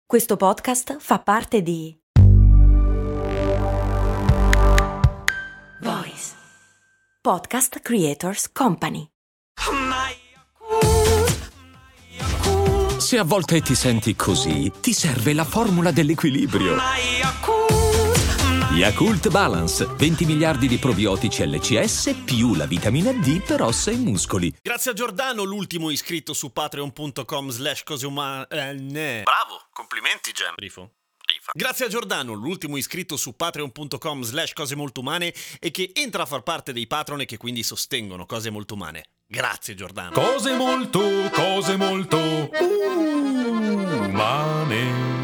Questo podcast fa parte di Voice Podcast Creators Company. Se a volte ti senti così, ti serve la formula dell'equilibrio. Yakult Balance, 20 miliardi di probiotici LCS più la vitamina D per ossa e muscoli. Grazie a Giordano, l'ultimo iscritto su patreon.com/coseumane. Bravo, complimenti Gem. Rifo. Grazie a Giordano, l'ultimo iscritto su patreon.com/cosemoltumane e che entra a far parte dei patron e che quindi sostengono Cose Molto Umane. Grazie Giordano. Cose molto umane.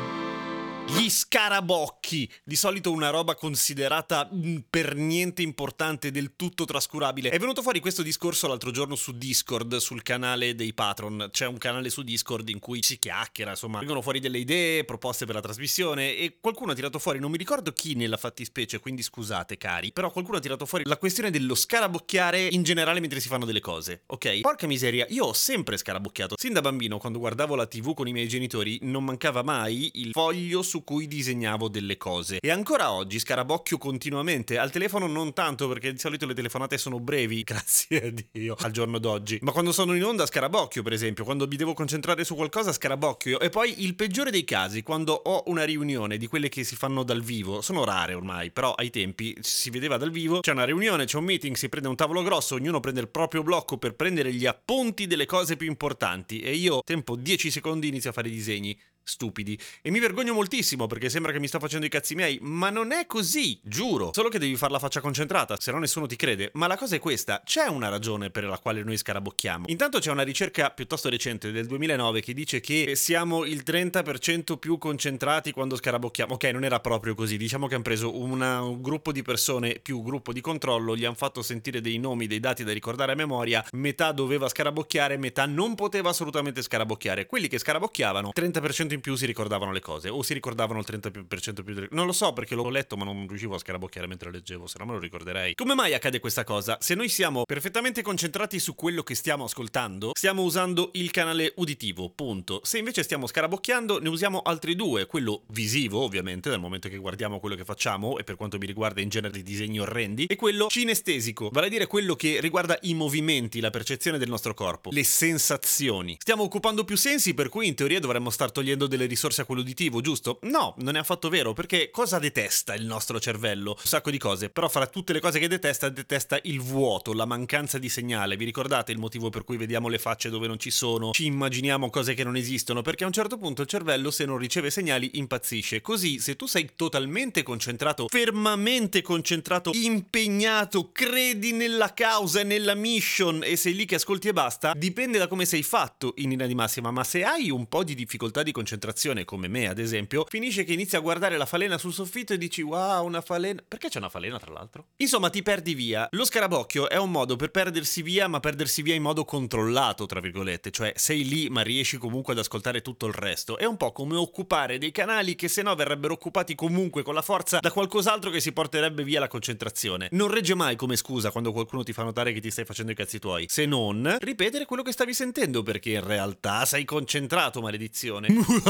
Gli scarabocchi, di solito una roba considerata per niente importante, del tutto trascurabile. È venuto fuori questo discorso l'altro giorno su Discord, sul canale dei patron. C'è un canale su Discord in cui si chiacchiera, insomma, vengono fuori delle idee, proposte per la trasmissione e qualcuno ha tirato fuori, non mi ricordo chi nella fattispecie, quindi scusate cari, però qualcuno ha tirato fuori la questione dello scarabocchiare in generale mentre si fanno delle cose, ok? Porca miseria, io ho sempre scarabocchiato. Sin da bambino, quando guardavo la TV con i miei genitori, non mancava mai il foglio su cui disegnavo delle cose. E ancora oggi scarabocchio continuamente. Al telefono non tanto, perché di solito le telefonate sono brevi, grazie a Dio, al giorno d'oggi. Ma quando sono in onda scarabocchio, per esempio, quando mi devo concentrare su qualcosa scarabocchio. E poi il peggiore dei casi, quando ho una riunione di quelle che si fanno dal vivo, sono rare ormai, però ai tempi si vedeva dal vivo, c'è una riunione, c'è un meeting, si prende un tavolo grosso, ognuno prende il proprio blocco per prendere gli appunti delle cose più importanti e io, tempo 10 secondi, inizio a fare i disegni stupidi e mi vergogno moltissimo perché sembra che mi sto facendo i cazzi miei, ma non è così, giuro. Solo che devi fare la faccia concentrata, se no nessuno ti crede. Ma la cosa è questa, c'è una ragione per la quale noi scarabocchiamo. Intanto c'è una ricerca piuttosto recente del 2009 che dice che siamo il 30% più concentrati quando scarabocchiamo. Ok, non era proprio così, diciamo che hanno preso un gruppo di persone più gruppo di controllo, gli hanno fatto sentire dei nomi, dei dati da ricordare a memoria, metà doveva scarabocchiare, metà non poteva assolutamente scarabocchiare. Quelli che scarabocchiavano, 30% in più si ricordavano le cose, o si ricordavano il 30% più non lo so perché l'ho letto ma non riuscivo a scarabocchiare mentre leggevo, se no me lo ricorderei. Come mai accade questa cosa? Se noi siamo perfettamente concentrati su quello che stiamo ascoltando, stiamo usando il canale uditivo, punto. Se invece stiamo scarabocchiando ne usiamo altri due, quello visivo ovviamente dal momento che guardiamo quello che facciamo e per quanto mi riguarda in genere di disegni orrendi, e quello cinestesico, vale a dire quello che riguarda i movimenti, la percezione del nostro corpo, le sensazioni. Stiamo occupando più sensi, per cui in teoria dovremmo star togliendo delle risorse a quello uditivo, giusto? No, non è affatto vero, perché cosa detesta il nostro cervello? Un sacco di cose, però fra tutte le cose che detesta il vuoto, la mancanza di segnale. Vi ricordate il motivo per cui vediamo le facce dove non ci sono, ci immaginiamo cose che non esistono? Perché a un certo punto il cervello, se non riceve segnali, impazzisce. Così, se tu sei totalmente concentrato, fermamente concentrato, impegnato, credi nella causa e nella mission e sei lì che ascolti e basta, dipende da come sei fatto in linea di massima, ma se hai un po' di difficoltà di concentrazione, come me ad esempio, finisce che inizi a guardare la falena sul soffitto e dici wow, una falena. Perché c'è una falena tra l'altro? Insomma, ti perdi via. Lo scarabocchio è un modo per perdersi via, ma perdersi via in modo controllato, tra virgolette, cioè sei lì ma riesci comunque ad ascoltare tutto il resto. È un po' come occupare dei canali che se no verrebbero occupati comunque con la forza da qualcos'altro che si porterebbe via la concentrazione. Non regge mai come scusa quando qualcuno ti fa notare che ti stai facendo i cazzi tuoi, se non ripetere quello che stavi sentendo, perché in realtà sei concentrato, maledizione.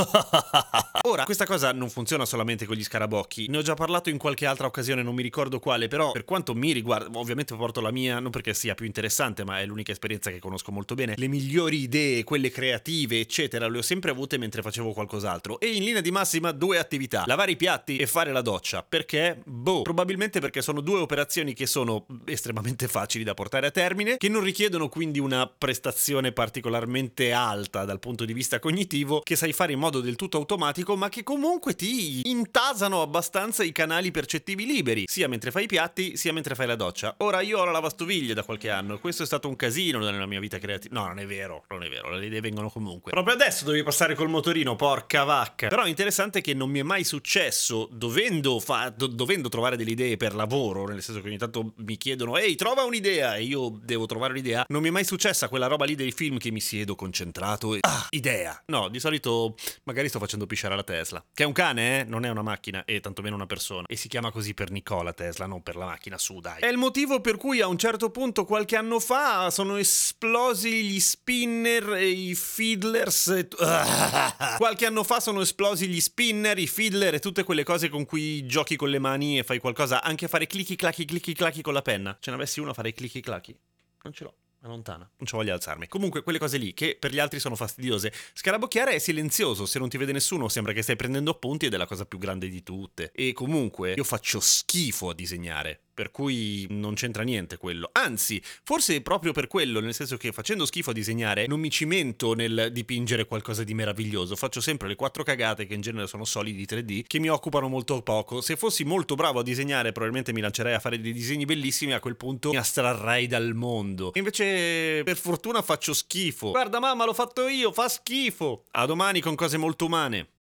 Ora, questa cosa non funziona solamente con gli scarabocchi, ne ho già parlato in qualche altra occasione, non mi ricordo quale, però per quanto mi riguarda, ovviamente porto la mia, non perché sia più interessante, ma è l'unica esperienza che conosco molto bene, le migliori idee, quelle creative, eccetera, le ho sempre avute mentre facevo qualcos'altro, e in linea di massima due attività: lavare i piatti e fare la doccia. Perché? Probabilmente perché sono due operazioni che sono estremamente facili da portare a termine, che non richiedono quindi una prestazione particolarmente alta dal punto di vista cognitivo, che sai fare in modo del tutto automatico, ma che comunque ti intasano abbastanza i canali percettivi liberi, sia mentre fai i piatti, sia mentre fai la doccia. Ora, io ho la lavastoviglie da qualche anno, questo è stato un casino nella mia vita creativa. No, non è vero, le idee vengono comunque. Proprio adesso devi passare col motorino, porca vacca. Però è interessante che non mi è mai successo, dovendo trovare delle idee per lavoro, nel senso che ogni tanto mi chiedono ehi, trova un'idea, e io devo trovare un'idea. Non mi è mai successa quella roba lì dei film che mi siedo concentrato e idea. No, di solito magari sto facendo pisciare la Tesla, che è un cane, non è una macchina e tantomeno una persona, e si chiama così per Nikola Tesla, non per la macchina, su dai. È il motivo per cui a un certo punto qualche anno fa sono esplosi gli spinner e i fiddlers qualche anno fa sono esplosi gli spinner, i fiddler e tutte quelle cose con cui giochi con le mani e fai qualcosa, anche a fare clicchi clacchi con la penna. Ce n'avessi uno a fare clicchi clacchi? Non ce l'ho. È lontana, non ci voglio alzarmi. Comunque quelle cose lì che per gli altri sono fastidiose. Scarabocchiare è silenzioso, se non ti vede nessuno sembra che stai prendendo appunti ed è la cosa più grande di tutte. E comunque io faccio schifo a disegnare, per cui non c'entra niente quello. Anzi, forse è proprio per quello, nel senso che facendo schifo a disegnare non mi cimento nel dipingere qualcosa di meraviglioso. Faccio sempre le 4 cagate, che in genere sono solidi 3D, che mi occupano molto poco. Se fossi molto bravo a disegnare probabilmente mi lancerei a fare dei disegni bellissimi, a quel punto mi astrarrei dal mondo. Invece per fortuna faccio schifo. Guarda mamma, l'ho fatto io, fa schifo. A domani con cose molto umane.